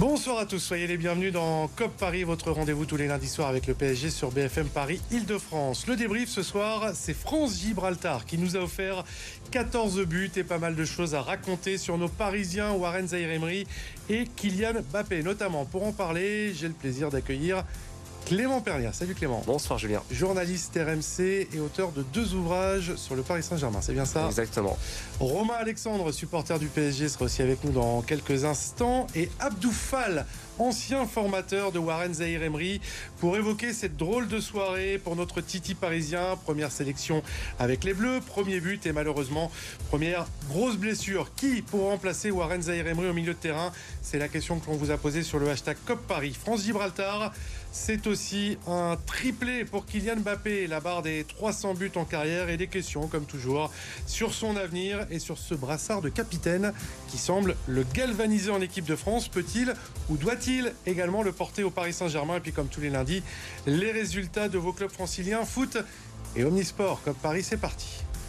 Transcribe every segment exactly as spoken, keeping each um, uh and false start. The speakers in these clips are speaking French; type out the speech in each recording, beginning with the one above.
Bonsoir à tous, soyez les bienvenus dans C O P Paris, votre rendez-vous tous les lundis soirs avec le P S G sur B F M Paris Île-de-France. Le débrief ce soir, c'est France-Gibraltar qui nous a offert quatorze buts et pas mal de choses à raconter sur nos Parisiens Warren Zaïre-Emery et Kylian Mbappé. Notamment, pour en parler, j'ai le plaisir d'accueillir Clément Pernia. Salut Clément. Bonsoir Julien. Journaliste R M C et auteur de deux ouvrages sur le Paris Saint-Germain, c'est bien ça? Exactement. Romain Alexandre, supporter du P S G, sera aussi avec nous dans quelques instants. Et Abdou Fall, ancien formateur de Warren Zaïre-Emery, pour évoquer cette drôle de soirée pour notre Titi parisien. Première sélection avec les Bleus, premier but et malheureusement première grosse blessure. Qui pour remplacer Warren Zaïre-Emery au milieu de terrain? C'est la question que l'on vous a posée sur le hashtag C O P Paris. France-Gibraltar, c'est aussi un triplé pour Kylian Mbappé, la barre des trois cents buts en carrière, et des questions comme toujours sur son avenir et sur ce brassard de capitaine qui semble le galvaniser en équipe de France. Peut-il ou doit-il également le porter au Paris Saint-Germain? Et puis comme tous les lundis, les résultats de vos clubs franciliens, foot et omnisport. C O P Paris, c'est parti.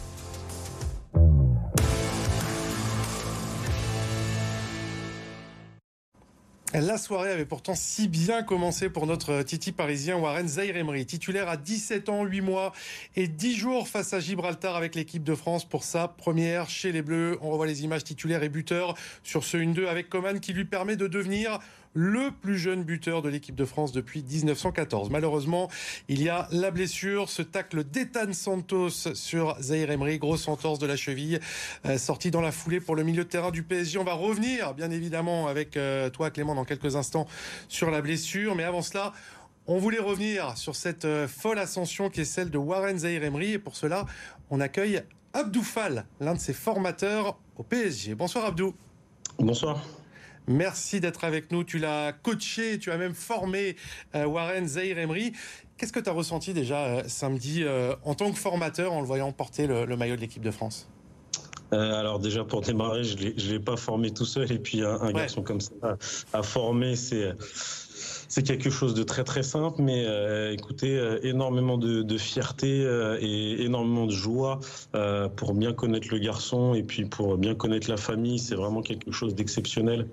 La soirée avait pourtant si bien commencé pour notre Titi parisien Warren Zaïre-Emery, titulaire à dix-sept ans, huit mois et dix jours face à Gibraltar avec l'équipe de France pour sa première chez les Bleus. On revoit les images, titulaire et buteur sur ce un deux avec Coman qui lui permet de devenir le plus jeune buteur de l'équipe de France depuis dix-neuf cent quatorze. Malheureusement, il y a la blessure, ce tacle d'Ethan Santos sur Zaïre-Emery, grosse entorse de la cheville, euh, sortie dans la foulée pour le milieu de terrain du P S G. On va revenir, bien évidemment, avec euh, toi, Clément, dans quelques instants sur la blessure. Mais avant cela, on voulait revenir sur cette euh, folle ascension qui est celle de Warren Zaïre-Emery. Et pour cela, on accueille Abdou Fall, l'un de ses formateurs au P S G. Bonsoir Abdou. Bonsoir. Merci d'être avec nous. Tu l'as coaché, tu as même formé euh, Warren Zaïre-Emery. Qu'est-ce que tu as ressenti déjà euh, samedi euh, en tant que formateur en le voyant porter le, le maillot de l'équipe de France? euh, Alors déjà pour démarrer, je ne l'ai pas formé tout seul et puis un, un ouais. garçon comme ça à, à former, c'est... C'est quelque chose de très très simple, mais euh, écoutez, euh, énormément de, de fierté euh, et énormément de joie euh, pour bien connaître le garçon et puis pour bien connaître la famille. C'est vraiment quelque chose d'exceptionnel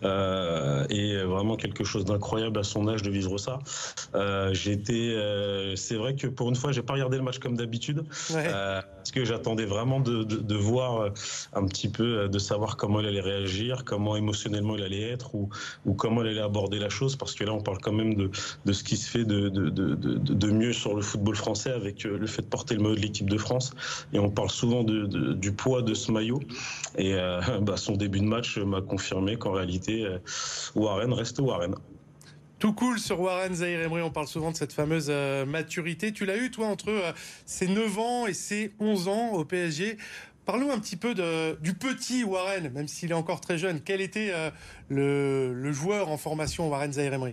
euh, et vraiment quelque chose d'incroyable à son âge de vivre ça. Euh, j'ai été, euh, c'est vrai que pour une fois, j'ai pas regardé le match comme d'habitude, ouais. euh, parce que j'attendais vraiment de, de, de voir un petit peu, de savoir comment il allait réagir, comment émotionnellement il allait être ou, ou comment il allait aborder la chose, parce que là on parle quand même de, de ce qui se fait de, de, de, de, de mieux sur le football français avec le fait de porter le maillot de l'équipe de France. Et on parle souvent de, de, du poids de ce maillot. Et euh, bah, son début de match m'a confirmé qu'en réalité, euh, Warren reste Warren. Tout cool sur Warren Zaïre-Emery, on parle souvent de cette fameuse euh, maturité. Tu l'as eu toi entre euh, ses neuf ans et ses onze ans au P S G. Parle-nous un petit peu de, du petit Warren, même s'il est encore très jeune. Quel était euh, le, le joueur en formation Warren Zaïre-Emery?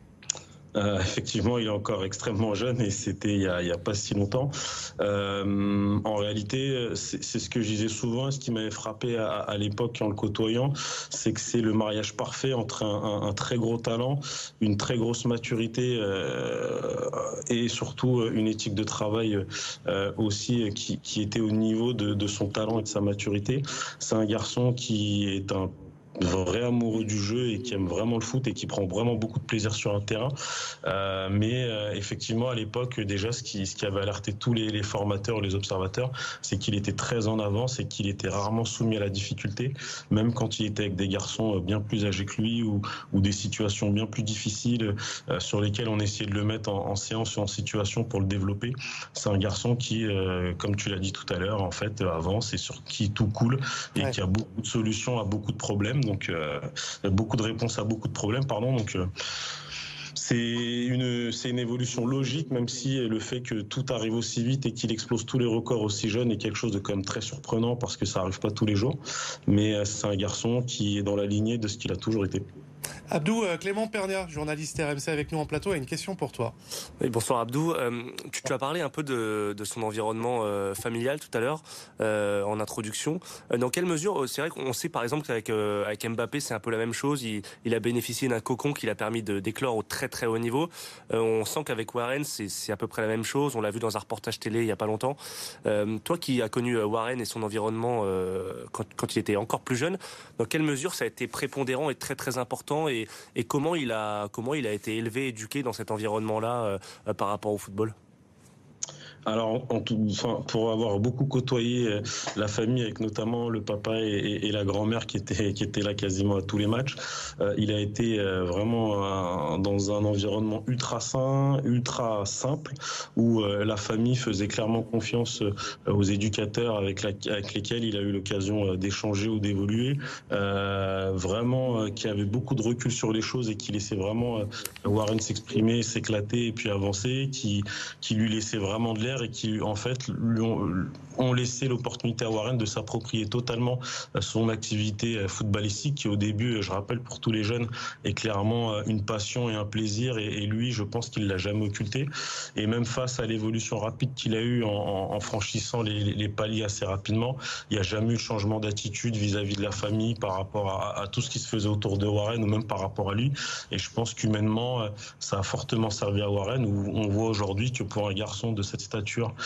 Euh, effectivement, il est encore extrêmement jeune et c'était il y a, il y a pas si longtemps. Euh, en réalité, c'est, c'est ce que je disais souvent, et ce qui m'avait frappé à, à l'époque en le côtoyant, c'est que c'est le mariage parfait entre un, un, un très gros talent, une très grosse maturité euh, et surtout une éthique de travail euh, aussi qui, qui était au niveau de, de son talent et de sa maturité. C'est un garçon qui est un vrai amoureux du jeu et qui aime vraiment le foot et qui prend vraiment beaucoup de plaisir sur un terrain. Euh, mais euh, effectivement, à l'époque, déjà, ce qui, ce qui avait alerté tous les, les formateurs, les observateurs, c'est qu'il était très en avance et qu'il était rarement soumis à la difficulté, même quand il était avec des garçons bien plus âgés que lui ou, ou des situations bien plus difficiles euh, sur lesquelles on essayait de le mettre en, en séance ou en situation pour le développer. C'est un garçon qui, euh, comme tu l'as dit tout à l'heure, en fait, avance et sur qui tout coule et ouais. qui a beaucoup de solutions à beaucoup de problèmes. Donc, euh, beaucoup de réponses à beaucoup de problèmes, pardon. Donc, euh, c'est une, c'est une évolution logique, même si le fait que tout arrive aussi vite et qu'il explose tous les records aussi jeune est quelque chose de quand même très surprenant parce que ça arrive pas tous les jours. Mais c'est un garçon qui est dans la lignée de ce qu'il a toujours été. Abdou, euh, Clément Pernia, journaliste R M C avec nous en plateau, a une question pour toi. Oui, bonsoir Abdou. Euh, tu, tu as parlé un peu de, de son environnement euh, familial tout à l'heure, euh, en introduction. Euh, dans quelle mesure, c'est vrai qu'on sait par exemple qu'avec euh, avec Mbappé, c'est un peu la même chose. Il, il a bénéficié d'un cocon qui l'a permis de d'éclore au très très haut niveau. Euh, on sent qu'avec Warren, c'est, c'est à peu près la même chose. On l'a vu dans un reportage télé il y a pas longtemps. Euh, toi qui as connu Warren et son environnement euh, quand, quand il était encore plus jeune, dans quelle mesure ça a été prépondérant et très très important important et, et comment il a comment il a été élevé, éduqué dans cet environnement-là euh, par rapport au football? Alors, en tout, enfin, pour avoir beaucoup côtoyé la famille, avec notamment le papa et, et, et la grand-mère qui étaient qui étaient là quasiment à tous les matchs, euh, il a été euh, vraiment euh, dans un environnement ultra sain, ultra simple, où euh, la famille faisait clairement confiance euh, aux éducateurs avec, la, avec lesquels il a eu l'occasion d'échanger ou d'évoluer, euh, vraiment euh, qui avait beaucoup de recul sur les choses et qui laissait vraiment euh, Warren s'exprimer, s'éclater et puis avancer, qui qui lui laissait vraiment de l'air et qui en fait lui ont, ont laissé l'opportunité à Warren de s'approprier totalement son activité footballistique qui au début, je rappelle pour tous les jeunes, est clairement une passion et un plaisir et, et lui je pense qu'il l'a jamais occulté et même face à l'évolution rapide qu'il a eue en, en franchissant les, les paliers assez rapidement, il n'y a jamais eu de changement d'attitude vis-à-vis de la famille par rapport à, à tout ce qui se faisait autour de Warren ou même par rapport à lui et je pense qu'humainement ça a fortement servi à Warren où on voit aujourd'hui que pour un garçon de cette stature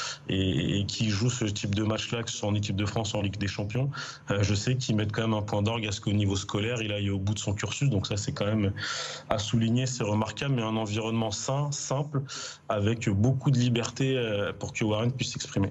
et, et qui joue ce type de match-là, que ce soit en équipe de France, en Ligue des Champions, euh, je sais qu'ils mettent quand même un point d'orgue à ce qu'au niveau scolaire, il aille au bout de son cursus. Donc ça, c'est quand même à souligner, c'est remarquable, mais un environnement sain, simple, avec beaucoup de liberté euh, pour que Warren puisse s'exprimer.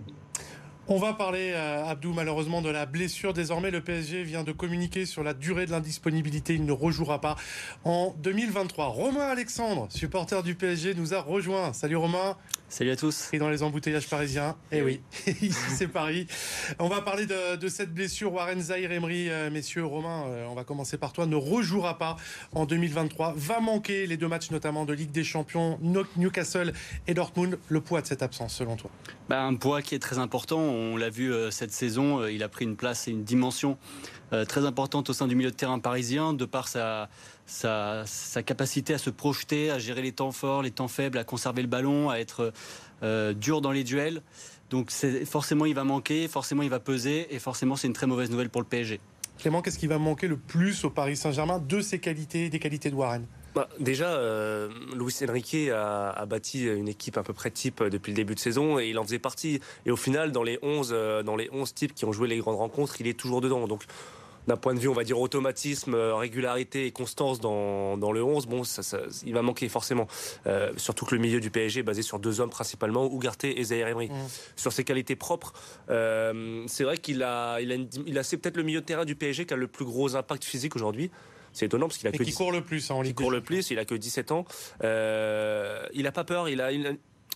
On va parler, euh, Abdou, malheureusement, de la blessure. Désormais, le P S G vient de communiquer sur la durée de l'indisponibilité. Il ne rejouera pas en deux mille vingt-trois. Romain Alexandre, supporter du P S G, nous a rejoint. Salut Romain. Salut à tous. Et dans les embouteillages parisiens. Eh oui, ici c'est Paris. On va parler de, de cette blessure. Warren Zaïre-Emery, euh, messieurs, Romain, euh, on va commencer par toi, ne rejouera pas en deux mille vingt-trois. Va manquer les deux matchs notamment de Ligue des Champions, Newcastle et Dortmund. Le poids de cette absence, selon toi? Bah, un poids qui est très important. On l'a vu euh, cette saison. Euh, il a pris une place et une dimension euh, très importante au sein du milieu de terrain parisien, de par sa, sa, sa capacité à se projeter, à gérer les temps forts, les temps faibles, à conserver le ballon, à être euh, dur dans les duels. Donc c'est, forcément, il va manquer, forcément, il va peser et forcément, c'est une très mauvaise nouvelle pour le P S G. Clément, qu'est-ce qui va manquer le plus au Paris Saint-Germain de ses qualités, des qualités de Warren? Bah, déjà, euh, Luis Enrique a, a bâti une équipe à peu près type depuis le début de saison et il en faisait partie. Et au final, dans les onze, euh, dans les onze types qui ont joué les grandes rencontres, il est toujours dedans. Donc, d'un point de vue, on va dire, automatisme, régularité et constance dans, dans le onze, bon, ça, ça, il va manquer forcément. Euh, surtout que le milieu du P S G est basé sur deux hommes principalement, Ugarte et Zaïre-Emery. Mmh. Sur ses qualités propres, euh, c'est vrai qu'il a, il a, une, il a c'est peut-être le milieu de terrain du P S G qui a le plus gros impact physique aujourd'hui. C'est étonnant parce qu'il a et que qui dix... court le plus hein, en Ligue. Il court le plus, il a que dix-sept ans. Euh, il a pas peur, il a, il a...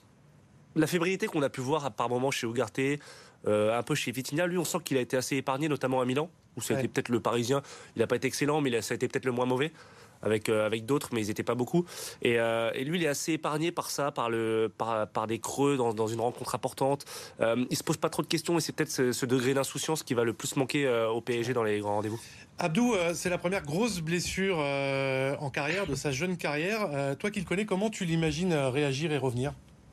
la fébrilité qu'on a pu voir par moments chez Ugarte, euh, un peu chez Vitinha. Lui, on sent qu'il a été assez épargné, notamment à Milan, où ça a ouais. été peut-être le Parisien. Il n'a pas été excellent, mais ça a été peut-être le moins mauvais. Avec, euh, avec d'autres, mais ils n'étaient pas beaucoup. Et, euh, et lui, il est assez épargné par ça, par, le, par, par des creux dans, dans une rencontre importante. Euh, il ne se pose pas trop de questions et c'est peut-être ce, ce degré d'insouciance qui va le plus manquer euh, au P S G dans les grands rendez-vous. Abdou, euh, c'est la première grosse blessure euh, en carrière, de sa jeune carrière. Euh, toi qui le connais, comment tu l'imagines réagir et revenir ?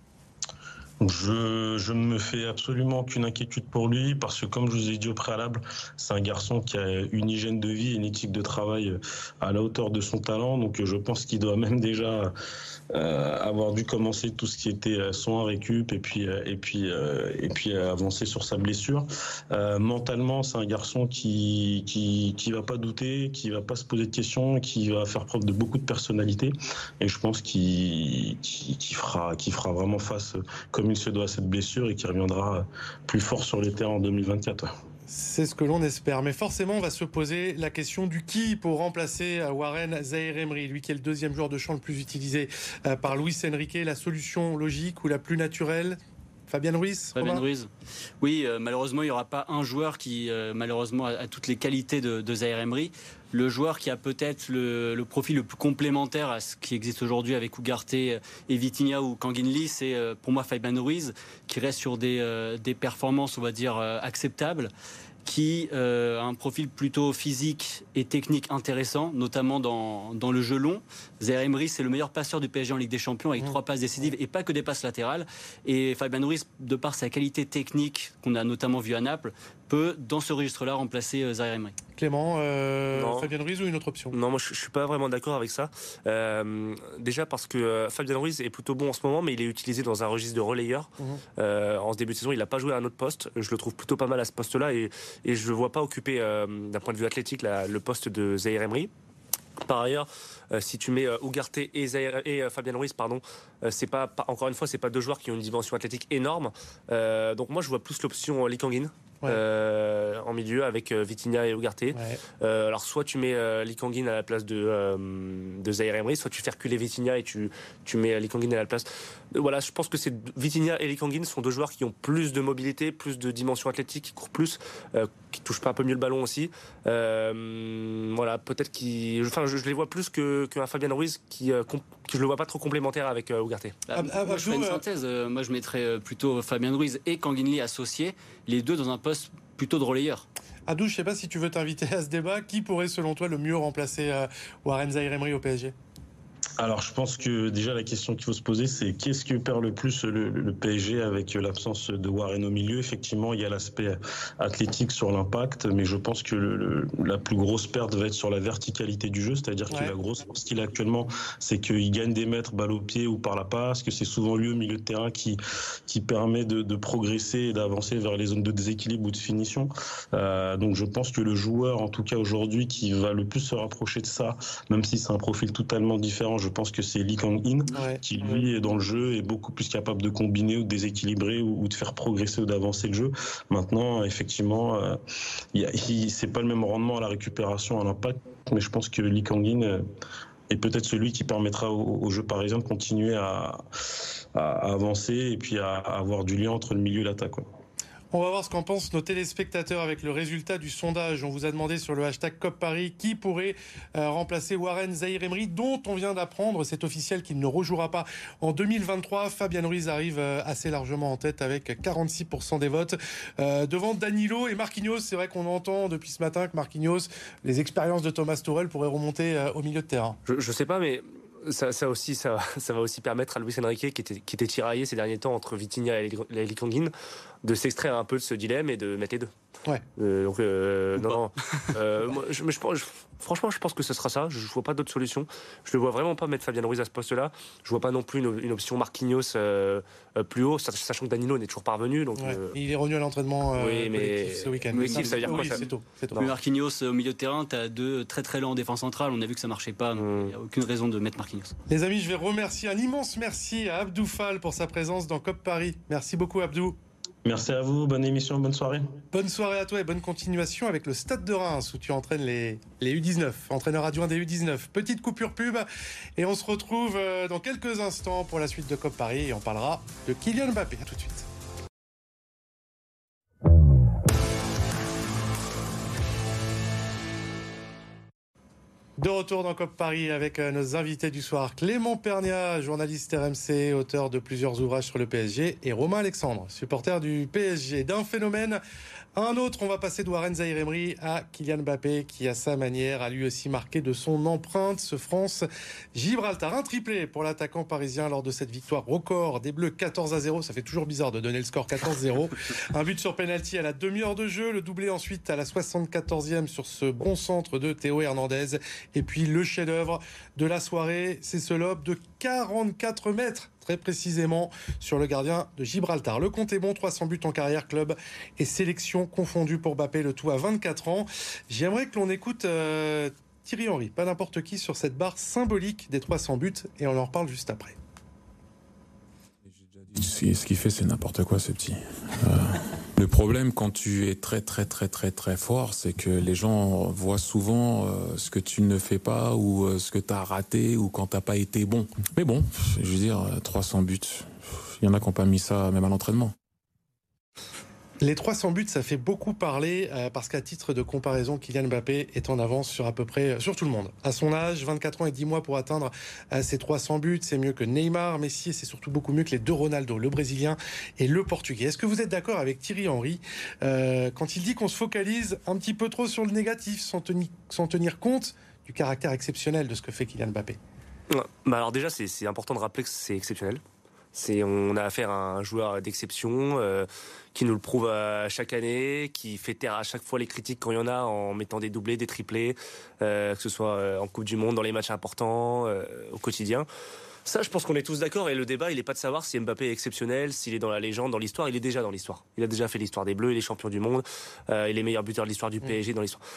Je, je ne me fais absolument aucune inquiétude pour lui parce que, comme je vous ai dit au préalable, c'est un garçon qui a une hygiène de vie et une éthique de travail à la hauteur de son talent. Donc je pense qu'il doit même déjà euh, avoir dû commencer tout ce qui était soin, récup et puis, et puis, euh, et puis avancer sur sa blessure. Euh, mentalement, c'est un garçon qui, qui, qui va pas douter, qui va pas se poser de questions, qui va faire preuve de beaucoup de personnalité. Et je pense qu'il, qu'il, qu'il fera, qu'il fera vraiment face comme il se doit à cette blessure et qui reviendra plus fort sur les terrains en deux mille vingt-quatre. C'est ce que l'on espère. Mais forcément, on va se poser la question du qui pour remplacer Warren Zaïre-Emery, lui qui est le deuxième joueur de champ le plus utilisé par Luis Enrique. La solution logique ou la plus naturelle ? Fabien Ruiz. Fabien Ruiz. Oui, euh, malheureusement, il n'y aura pas un joueur qui, euh, malheureusement, a, a toutes les qualités de, de Zaïre-Emery. Le joueur qui a peut-être le, le profil le plus complémentaire à ce qui existe aujourd'hui avec Ugarte et Vitinha ou Kangin Lee, c'est euh, pour moi Fabien Ruiz, qui reste sur des, euh, des performances, on va dire, euh, acceptables, qui euh, a un profil plutôt physique et technique intéressant, notamment dans, dans le jeu long. Zaïre-Emery, c'est le meilleur passeur du P S G en Ligue des Champions avec mmh. trois passes décisives et pas que des passes latérales. Et Fabien Ruiz, de par sa qualité technique qu'on a notamment vu à Naples, peut, dans ce registre-là, remplacer euh, Zaïre-Emery. Clément, euh, Fabien Ruiz ou une autre option ? Non, moi je, je suis pas vraiment d'accord avec ça. Euh, déjà parce que euh, Fabien Ruiz est plutôt bon en ce moment, mais il est utilisé dans un registre de relayeur. Mmh. Euh, en ce début de saison, il n'a pas joué à un autre poste. Je le trouve plutôt pas mal à ce poste-là et, et je ne le vois pas occuper, euh, d'un point de vue athlétique, la, le poste de Zaïre-Emery. Par ailleurs, euh, si tu mets euh, Ugarte et, Zaire, et euh, Fabian Ruiz, pardon, euh, c'est pas, pas encore une fois, c'est pas deux joueurs qui ont une dimension athlétique énorme. Euh, donc moi, je vois plus l'option Lee Kang-in. Ouais. Euh, en milieu avec euh, Vitinha et Ugarte. Ouais. Euh, alors soit tu mets euh, Lee Kang-in à la place de, euh, de Zaire Emery, soit tu fais reculer Vitinha et tu, tu mets Lee Kang-in à la place. Euh, voilà, je pense que c'est Vitinha et Lee Kang-in sont deux joueurs qui ont plus de mobilité, plus de dimension athlétique, qui courent plus, euh, qui touchent pas un peu mieux le ballon aussi. Euh, voilà, peut-être qu'ils, enfin, je, je les vois plus que qu'un Fabian Ruiz qui, euh, comp... que je le vois pas trop complémentaire avec euh, Ugarte. Ah, ah, moi, je fais une synthèse. Euh, moi, je mettrais plutôt Fabian Ruiz et Kang-in Lee associés, les deux dans un poste plutôt de relayeur. Abdou, je ne sais pas si tu veux t'inviter à ce débat. Qui pourrait, selon toi, le mieux remplacer euh, Warren Zaïre Emery au P S G ? Alors, je pense que déjà la question qu'il faut se poser, c'est qu'est-ce que perd le plus le, le P S G avec l'absence de Warren au milieu. Effectivement, il y a l'aspect athlétique sur l'impact, mais je pense que le, le, la plus grosse perte va être sur la verticalité du jeu, c'est-à-dire ouais. que la grosse force qu'il a actuellement, c'est qu'il gagne des mètres balle au pied ou par la passe, que c'est souvent lui au milieu de terrain qui qui permet de, de progresser et d'avancer vers les zones de déséquilibre ou de finition. Euh, donc, je pense que le joueur, en tout cas aujourd'hui, qui va le plus se rapprocher de ça, même si c'est un profil totalement différent, je pense que c'est Lee Kang-in ouais, qui, lui, ouais. est dans le jeu, est beaucoup plus capable de combiner ou de déséquilibrer ou, ou de faire progresser ou d'avancer le jeu. Maintenant, effectivement, euh, y a, y, c'est pas le même rendement à la récupération, à l'impact, mais je pense que Lee Kang-in euh, est peut-être celui qui permettra au, au jeu parisien de continuer à, à, à avancer et puis à, à avoir du lien entre le milieu et l'attaque. Ouais. On va voir ce qu'en pensent nos téléspectateurs avec le résultat du sondage. On vous a demandé sur le hashtag C O P Paris qui pourrait euh, remplacer Warren Zaïre Emery, dont on vient d'apprendre, c'est officiel, qu'il ne rejouera pas en deux mille vingt-trois. Fabian Ruiz arrive euh, assez largement en tête avec quarante-six pour cent des votes. Euh, devant Danilo et Marquinhos, c'est vrai qu'on entend depuis ce matin que Marquinhos, les expériences de Thomas Tuchel pourraient remonter euh, au milieu de terrain. Je, je sais pas, mais... Ça, ça aussi, ça, ça va aussi permettre à Luis Enrique, qui était, qui était tiraillé ces derniers temps entre Vitinha et Lee Kang-in, de s'extraire un peu de ce dilemme et de mettre les deux. Ouais. Euh, donc euh, non, non. Euh, moi, je, je, je, franchement, je pense que ce sera ça. Je, je vois pas d'autre solution. Je ne vois vraiment pas mettre Fabian Ruiz à ce poste-là. Je vois pas non plus une, une option Marquinhos euh, plus haut, sachant que Danilo n'est toujours pas revenu. Donc, ouais. euh... Il est revenu à l'entraînement euh, oui, mais... ce week-end. Oui, ça, ça veut dire quoi, oui, ça... c'est tout. C'est tout. Mais Marquinhos au milieu de terrain, tu as deux très très lents en défense centrale. On a vu que ça marchait pas. Il mmh. n'y a aucune raison de mettre Marquinhos. Les amis, je vais remercier un immense merci à Abdou Fall pour sa présence dans C O P Paris. Merci beaucoup, Abdou. Merci à vous, bonne émission, bonne soirée. Bonne soirée à toi et bonne continuation avec le Stade de Reims où tu entraînes les, les U dix-neuf, entraîneur adjoint des U dix-neuf. Petite coupure pub et on se retrouve dans quelques instants pour la suite de C O P Paris et on parlera de Kylian Mbappé. À tout de suite. De retour dans C O P Paris avec nos invités du soir, Clément Pernia, journaliste R M C, auteur de plusieurs ouvrages sur le P S G, et Romain Alexandre, supporter du P S G. D'un phénomène à un autre, on va passer de Warren Zaïre Emery à Kylian Mbappé, qui à sa manière a lui aussi marqué de son empreinte ce France-Gibraltar. Un triplé pour l'attaquant parisien lors de cette victoire record des Bleus, quatorze à zéro. Ça fait toujours bizarre de donner le score quatorze zéro. Un but sur penalty à la demi-heure de jeu, le doublé ensuite à la soixante-quatorzième sur ce bon centre de Théo Hernandez. Et puis le chef-d'œuvre de la soirée, c'est ce lob de quarante-quatre mètres, très précisément, sur le gardien de Gibraltar. Le compte est bon, trois cents buts en carrière, club et sélection confondus pour Mbappé, le tout à vingt-quatre ans. J'aimerais que l'on écoute euh, Thierry Henry, pas n'importe qui, sur cette barre symbolique des trois cents buts, et on en reparle juste après. Ce qu'il fait, c'est n'importe quoi, ce petit. Euh, le problème, quand tu es très, très, très, très, très fort, c'est que les gens voient souvent euh, ce que tu ne fais pas ou euh, ce que tu as raté ou quand tu n'as pas été bon. Mais bon, je veux dire, trois cents buts, il y en a qui n'ont pas mis ça même à l'entraînement. Les trois cents buts, ça fait beaucoup parler euh, parce qu'à titre de comparaison, Kylian Mbappé est en avance sur à peu près sur tout le monde. À son âge, vingt-quatre ans et dix mois pour atteindre euh, ces trois cents buts, c'est mieux que Neymar, Messi, et c'est surtout beaucoup mieux que les deux Ronaldo, le Brésilien et le Portugais. Est-ce que vous êtes d'accord avec Thierry Henry euh, quand il dit qu'on se focalise un petit peu trop sur le négatif sans, teni- sans tenir compte du caractère exceptionnel de ce que fait Kylian Mbappé? Ouais, bah alors déjà, c'est, c'est important de rappeler que c'est exceptionnel. C'est, on a affaire à un joueur d'exception euh, qui nous le prouve à chaque année, qui fait taire à chaque fois les critiques quand il y en a en mettant des doublés, des triplés, euh, que ce soit en Coupe du Monde, dans les matchs importants, euh, au quotidien. Ça, je pense qu'on est tous d'accord, et le débat, il n'est pas de savoir si Mbappé est exceptionnel, s'il est dans la légende, dans l'histoire. Il est déjà dans l'histoire. Il a déjà fait l'histoire des Bleus, il est champion du monde, euh, il est meilleur buteur de l'histoire du P S G dans l'histoire.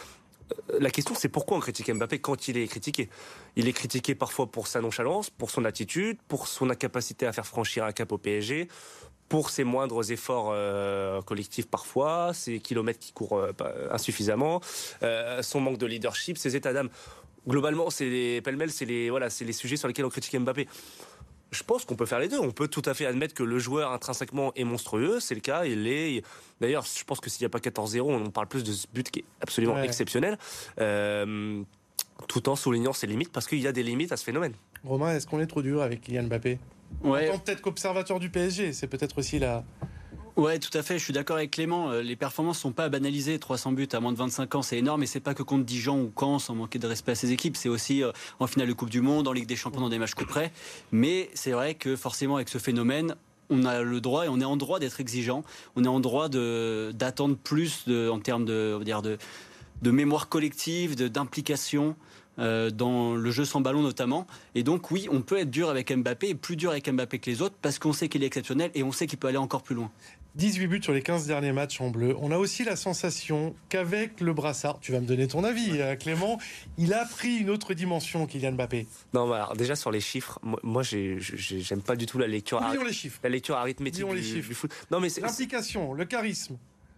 la question, c'est pourquoi on critique Mbappé quand il est critiqué. Il est critiqué parfois pour sa nonchalance, pour son attitude, pour son incapacité à faire franchir un cap au P S G, pour ses moindres efforts euh, collectifs parfois, ses kilomètres qui courent euh, insuffisamment, euh, son manque de leadership, ses états d'âme. Globalement, c'est les, pêle-mêle, c'est les, voilà, c'est les sujets sur lesquels on critique Mbappé. Je pense qu'on peut faire les deux. On peut tout à fait admettre que le joueur intrinsèquement est monstrueux. C'est le cas. Il est. D'ailleurs, je pense que s'il n'y a pas quatorze zéro, on parle plus de ce but qui est absolument ouais. exceptionnel. Euh, tout en soulignant ses limites, parce qu'il y a des limites à ce phénomène. Romain, est-ce qu'on est trop dur avec Kylian Mbappé ? Ouais. En tant peut-être qu'observateur du P S G, c'est peut-être aussi la... Ouais, tout à fait. Je suis d'accord avec Clément. Les performances sont pas à banaliser. trois cents buts à moins de vingt-cinq ans, c'est énorme. Et c'est pas que contre Dijon ou Caen, sans manquer de respect à ses équipes. C'est aussi en finale de Coupe du Monde, en Ligue des Champions, dans des matchs coup près. Mais c'est vrai que forcément, avec ce phénomène, on a le droit et on est en droit d'être exigeant. On est en droit de d'attendre plus de, en termes de, on va dire de, de mémoire collective, de, d'implication. Euh, dans le jeu sans ballon notamment. Et donc oui, on peut être dur avec Mbappé et plus dur avec Mbappé que les autres parce qu'on sait qu'il est exceptionnel et on sait qu'il peut aller encore plus loin. dix-huit buts sur les quinze derniers matchs en bleu. On a aussi la sensation qu'avec le brassard, tu vas me donner ton avis euh, Clément, il a pris une autre dimension, Kylian Mbappé. Non, bah, alors, déjà sur les chiffres, moi, moi j'ai, j'ai, j'aime pas du tout la lecture, Oublions les chiffres. La lecture arithmétique Oublions du, les chiffres. du foot. Non, mais c'est, l'implication, le charisme.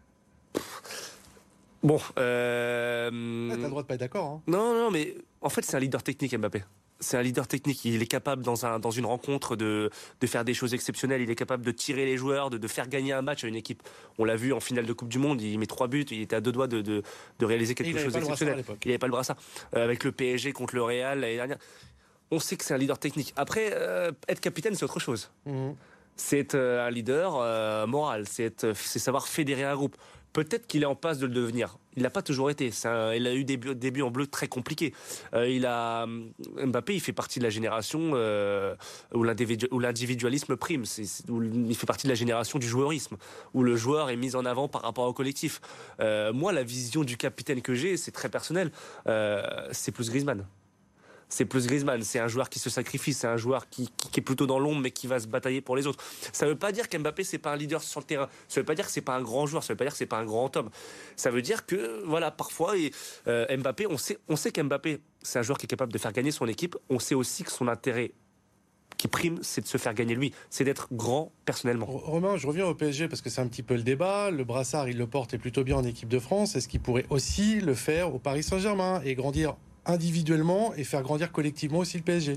Bon, euh... ah, t'as le droit de pas être d'accord. Hein. Non, non, mais en fait, c'est un leader technique, Mbappé. C'est un leader technique. Il est capable, dans, un, dans une rencontre, de, de faire des choses exceptionnelles. Il est capable de tirer les joueurs, de, de faire gagner un match à une équipe. On l'a vu en finale de Coupe du Monde. Il met trois buts. Il était à deux doigts de, de, de réaliser quelque chose d'exceptionnel. Il n'avait pas le brassard. Euh, avec le P S G contre le Real l'année dernière. On sait que c'est un leader technique. Après, euh, être capitaine, c'est autre chose. Mmh. C'est être un leader euh, moral. C'est, être, c'est savoir fédérer un groupe. Peut-être qu'il est en passe de le devenir. Il n'a pas toujours été. C'est un, il a eu des débuts, débuts en bleu très compliqués. Euh, il a Mbappé, il fait partie de la génération euh, où, l'individu, où l'individualisme prime. C'est, c'est, où il fait partie de la génération du joueurisme, où le joueur est mis en avant par rapport au collectif. Euh, moi, la vision du capitaine que j'ai, c'est très personnel. Euh, c'est plus Griezmann. C'est plus Griezmann, c'est un joueur qui se sacrifie, c'est un joueur qui, qui, qui est plutôt dans l'ombre mais qui va se batailler pour les autres. Ça ne veut pas dire qu'Mbappé c'est pas un leader sur le terrain, ça ne veut pas dire que c'est pas un grand joueur, ça ne veut pas dire que c'est pas un grand homme. Ça veut dire que voilà, parfois et, euh, Mbappé, on sait, on sait qu'Mbappé c'est un joueur qui est capable de faire gagner son équipe, on sait aussi que son intérêt qui prime, c'est de se faire gagner lui, c'est d'être grand personnellement. Romain, je reviens au P S G parce que c'est un petit peu le débat. Le brassard, il le porte et plutôt bien en équipe de France. Est-ce qu'il pourrait aussi le faire au Paris Saint-Germain et grandir individuellement et faire grandir collectivement aussi le P S G?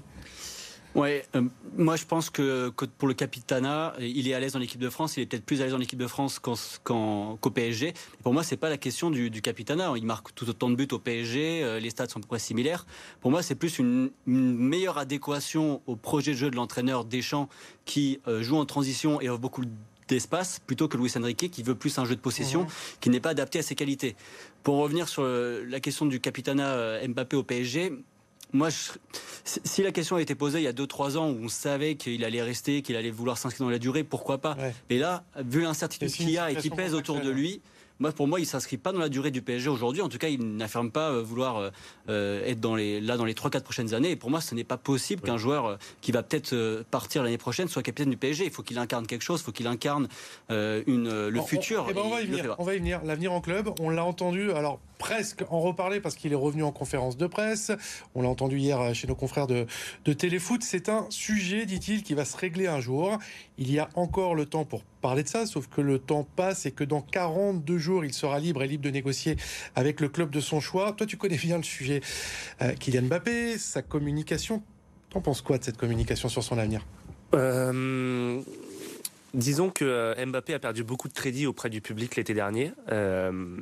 Ouais, euh, moi je pense que, que pour le Capitana, il est à l'aise dans l'équipe de France, il est peut-être plus à l'aise dans l'équipe de France qu'en, qu'en, qu'au P S G. Pour moi, c'est pas la question du, du Capitana. Il marque tout autant de buts au P S G, euh, les stats sont à peu près similaires. Pour moi, c'est plus une, une meilleure adéquation au projet de jeu de l'entraîneur Deschamps qui euh, joue en transition et offre beaucoup d'espace plutôt que Luis Enrique qui veut plus un jeu de possession, mmh. qui n'est pas adapté à ses qualités. Pour revenir sur la question du Capitana Mbappé au P S G, moi, je, si la question a été posée il y a deux trois ans où on savait qu'il allait rester, qu'il allait vouloir s'inscrire dans la durée, pourquoi pas. Ouais. Mais là, vu l'incertitude qu'il y a et qui pèse autour de lui, moi, pour moi, il ne s'inscrit pas dans la durée du P S G aujourd'hui. En tout cas, il n'affirme pas vouloir euh, être dans les, là dans les trois quatre prochaines années. Et pour moi, ce n'est pas possible oui. qu'un joueur qui va peut-être partir l'année prochaine soit capitaine du P S G. Il faut qu'il incarne quelque chose, il faut qu'il incarne euh, une, le on, futur. On, eh ben on, va y venir, on va y venir. L'avenir en club, on l'a entendu, alors presque en reparler parce qu'il est revenu en conférence de presse. On l'a entendu hier chez nos confrères de, de Téléfoot. C'est un sujet, dit-il, qui va se régler un jour. Il y a encore le temps pour parler de ça, sauf que le temps passe et que dans quarante-deux jours, il sera libre et libre de négocier avec le club de son choix. Toi, tu connais bien le sujet. Euh, Kylian Mbappé, sa communication. T'en penses quoi de cette communication sur son avenir ? euh, Disons que Mbappé a perdu beaucoup de crédit auprès du public l'été dernier. Euh,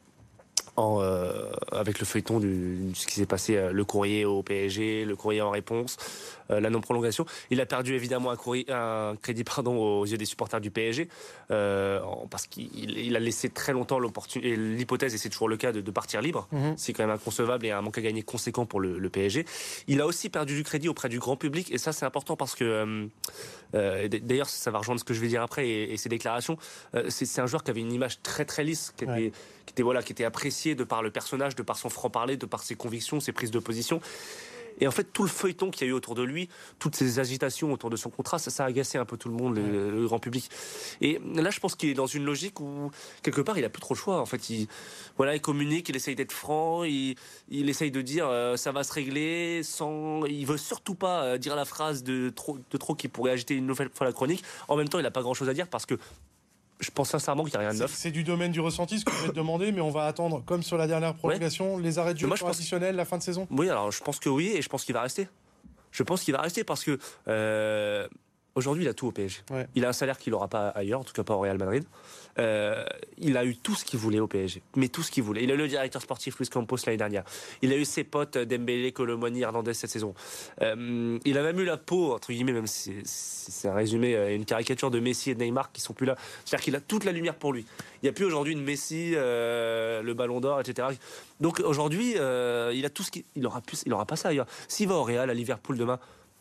En, euh, avec le feuilleton de ce qui s'est passé, euh, le courrier au P S G, le courrier en réponse, euh, la non-prolongation. Il a perdu évidemment un, courrier, un crédit pardon, aux yeux des supporters du P S G, euh, parce qu'il il a laissé très longtemps l'opportunité, l'hypothèse, et c'est toujours le cas, de, de partir libre. Mmh. C'est quand même inconcevable et un manque à gagner conséquent pour le, le P S G. Il a aussi perdu du crédit auprès du grand public, et ça c'est important parce que, euh, d'ailleurs ça va rejoindre ce que je vais dire après et, et ses déclarations, euh, c'est, c'est un joueur qui avait une image très très lisse, qui était, ouais. qui était, voilà, qui était apprécié de par le personnage, de par son franc-parler, de par ses convictions, ses prises de position. Et en fait, tout le feuilleton qu'il y a eu autour de lui, toutes ces agitations autour de son contrat, ça, ça a agacé un peu tout le monde, le, le grand public. Et là, je pense qu'il est dans une logique où, quelque part, il a plus trop le choix. En fait, il, voilà, il communique, il essaye d'être franc, il, il essaye de dire euh, ça va se régler, sans, il veut surtout pas euh, dire la phrase de trop, de trop qui pourrait agiter une nouvelle fois la chronique. En même temps, il n'a pas grand-chose à dire parce que je pense sincèrement qu'il n'y a rien de neuf. C'est du domaine du ressenti, ce que je vais te demander, mais on va attendre, comme sur la dernière prolongation, ouais. les arrêts de jeu additionnels, la fin de saison. Oui, alors je pense que oui, et je pense qu'il va rester. Je pense qu'il va rester parce que euh, aujourd'hui, il a tout au P S G. Ouais. Il a un salaire qu'il n'aura pas ailleurs, en tout cas pas au Real Madrid. Euh, il a eu tout ce qu'il voulait au P S G, mais tout ce qu'il voulait. Il a eu le directeur sportif Luis Campos l'année dernière. Il a eu ses potes Dembélé, Colomoni, Hernandez cette saison. Euh, il a même eu la peau, entre guillemets, même si c'est, c'est un résumé, une caricature de Messi et de Neymar qui sont plus là. C'est-à-dire qu'il a toute la lumière pour lui. Il n'y a plus aujourd'hui une Messi, euh, le Ballon d'Or, et cetera. Donc aujourd'hui, euh, il a tout ce qu'il il aura plus, il aura pas ça ailleurs. S'il va au Real, à Liverpool demain,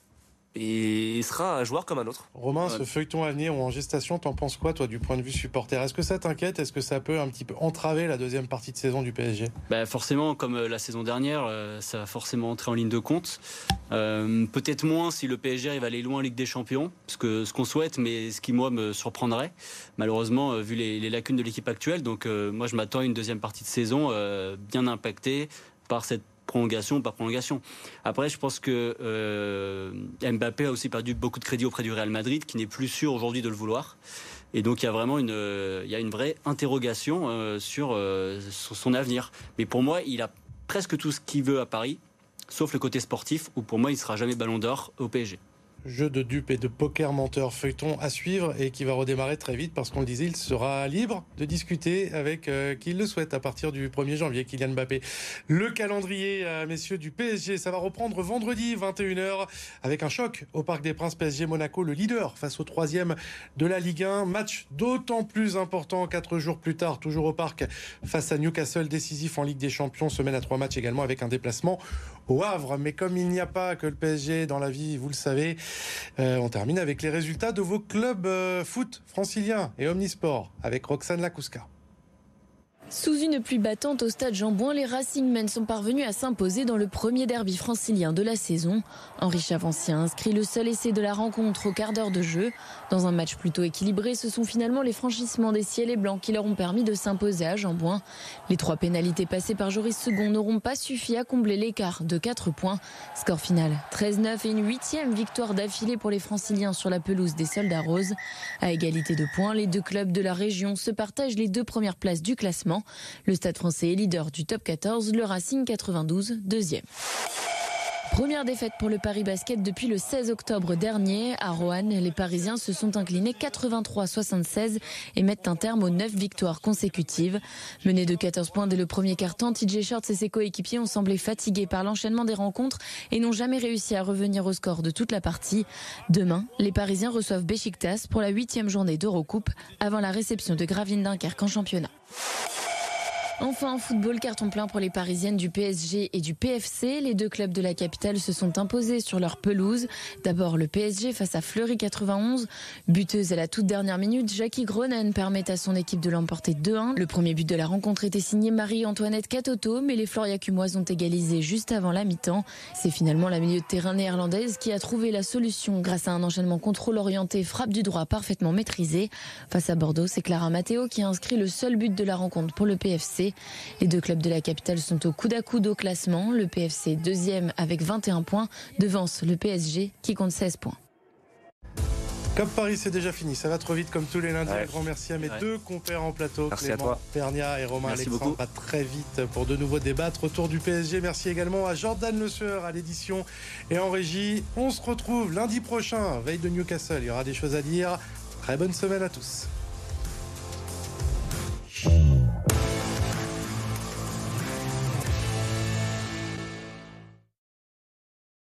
et il sera un joueur comme un autre. Romain, ce feuilleton à venir ou en gestation, t'en penses quoi, toi, du point de vue supporter ? Est-ce que ça t'inquiète ? Est-ce que ça peut un petit peu entraver la deuxième partie de saison du P S G ? Bah forcément, comme la saison dernière, ça va forcément entrer en ligne de compte. Euh, peut-être moins si le P S G arrive à aller loin en Ligue des Champions, parce que ce qu'on souhaite, mais ce qui, moi, me surprendrait, malheureusement, vu les, les lacunes de l'équipe actuelle. Donc, euh, moi, je m'attends à une deuxième partie de saison euh, bien impactée par cette prolongation par prolongation. Après, je pense que euh, Mbappé a aussi perdu beaucoup de crédit auprès du Real Madrid, qui n'est plus sûr aujourd'hui de le vouloir. Et donc, il y a vraiment une, il y a une vraie interrogation euh, sur, euh, sur son avenir. Mais pour moi, il a presque tout ce qu'il veut à Paris, sauf le côté sportif, où pour moi, il ne sera jamais Ballon d'Or au P S G. Jeu de dupes et de poker menteur, feuilleton à suivre et qui va redémarrer très vite parce qu'on le disait, il sera libre de discuter avec euh, qui il le souhaite à partir du premier janvier, Kylian Mbappé. Le calendrier, euh, messieurs, du P S G, ça va reprendre vendredi vingt et une heures avec un choc au Parc des Princes. P S G Monaco, le leader face au troisième de la Ligue un. Match d'autant plus important quatre jours plus tard, toujours au Parc, face à Newcastle, décisif en Ligue des Champions. Semaine à trois matchs également avec un déplacement au Havre. Mais comme il n'y a pas que le P S G dans la vie, vous le savez, euh, on termine avec les résultats de vos clubs euh, foot franciliens et omnisport avec Roxane Lacusca. Sous une pluie battante au stade Jean-Bouin, les Racing Men sont parvenus à s'imposer dans le premier derby francilien de la saison. Henri Chavancier a inscrit le seul essai de la rencontre au quart d'heure de jeu. Dans un match plutôt équilibré, ce sont finalement les franchissements des Ciels et Blancs qui leur ont permis de s'imposer à Jean-Bouin. Les trois pénalités passées par Joris Second n'auront pas suffi à combler l'écart de quatre points. Score final treize neuf et une huitième victoire d'affilée pour les franciliens sur la pelouse des Soldats Roses. À égalité de points, les deux clubs de la région se partagent les deux premières places du classement. Le Stade Français est leader du top quatorze, le Racing quatre-vingt-douze, deuxième. Première défaite pour le Paris Basket depuis le seize octobre dernier. À Roanne, les Parisiens se sont inclinés quatre-vingt-trois à soixante-seize et mettent un terme aux neuf victoires consécutives. Menés de quatorze points dès le premier quart-temps, T J Shorts et ses coéquipiers ont semblé fatigués par l'enchaînement des rencontres et n'ont jamais réussi à revenir au score de toute la partie. Demain, les Parisiens reçoivent Beşiktaş pour la huitième journée d'Eurocoupe avant la réception de Gravelines Dunkerque en championnat. Enfin en football, carton plein pour les Parisiennes du P S G et du P F C. Les deux clubs de la capitale se sont imposés sur leur pelouse. D'abord le P S G face à Fleury quatre-vingt-onze. Buteuse à la toute dernière minute, Jackie Groenen permet à son équipe de l'emporter deux un. Le premier but de la rencontre était signé Marie-Antoinette Catoto, mais les Floriacumoises ont égalisé juste avant la mi-temps. C'est finalement la milieu de terrain néerlandaise qui a trouvé la solution grâce à un enchaînement contrôle orienté, frappe du droit parfaitement maîtrisé. Face à Bordeaux, c'est Clara Matteo qui a inscrit le seul but de la rencontre pour le P F C. Les deux clubs de la capitale sont au coude à coude au classement. Le P F C deuxième avec vingt et un points, devance le P S G qui compte seize points. Comme Paris, c'est déjà fini. Ça va trop vite comme tous les lundis. Ouais. Un grand merci à mes ouais. deux compères en plateau, merci Clément Pernia et Romain merci Alexandre. beaucoup. À très vite pour de nouveaux débats autour du P S G. Merci également à Jordan Le Sueur à l'édition et en régie. On se retrouve lundi prochain, veille de Newcastle. Il y aura des choses à dire. Très bonne semaine à tous.